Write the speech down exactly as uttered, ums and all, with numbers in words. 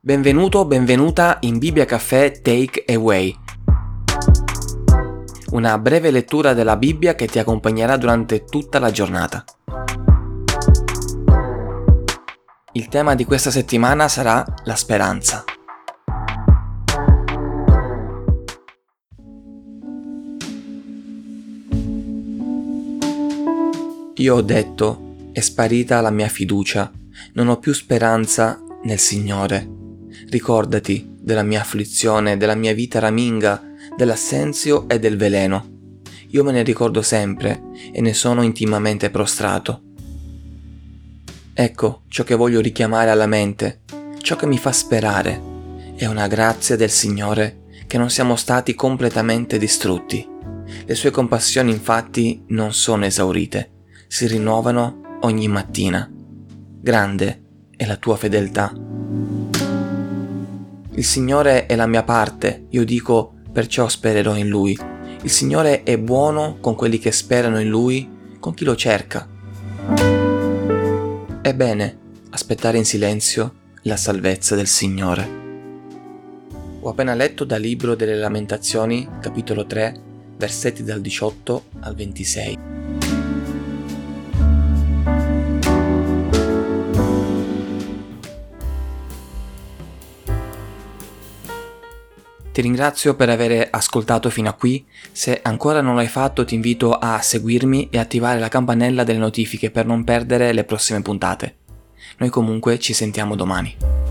Benvenuto o benvenuta in Bibbia Caffè Take Away. Una breve lettura della Bibbia che ti accompagnerà durante tutta la giornata. Il tema di questa settimana sarà la speranza. Io ho detto, è sparita la mia fiducia, non ho più speranza nel Signore. Ricordati della mia afflizione, della mia vita raminga, dell'assenzio e del veleno. Io me ne ricordo sempre e ne sono intimamente prostrato. Ecco ciò che voglio richiamare alla mente, ciò che mi fa sperare. È una grazia del Signore che non siamo stati completamente distrutti. Le sue compassioni infatti non sono esaurite, si rinnovano ogni mattina. Grande è la tua fedeltà. Il Signore è la mia parte, io dico, perciò spererò in Lui. Il Signore è buono con quelli che sperano in Lui, con chi lo cerca. È bene aspettare in silenzio la salvezza del Signore. Ho appena letto dal Libro delle Lamentazioni, capitolo tre, versetti dal diciotto al ventisei. Ti ringrazio per aver ascoltato fino a qui. Se ancora non l'hai fatto ti invito a seguirmi e attivare la campanella delle notifiche per non perdere le prossime puntate. Noi comunque ci sentiamo domani.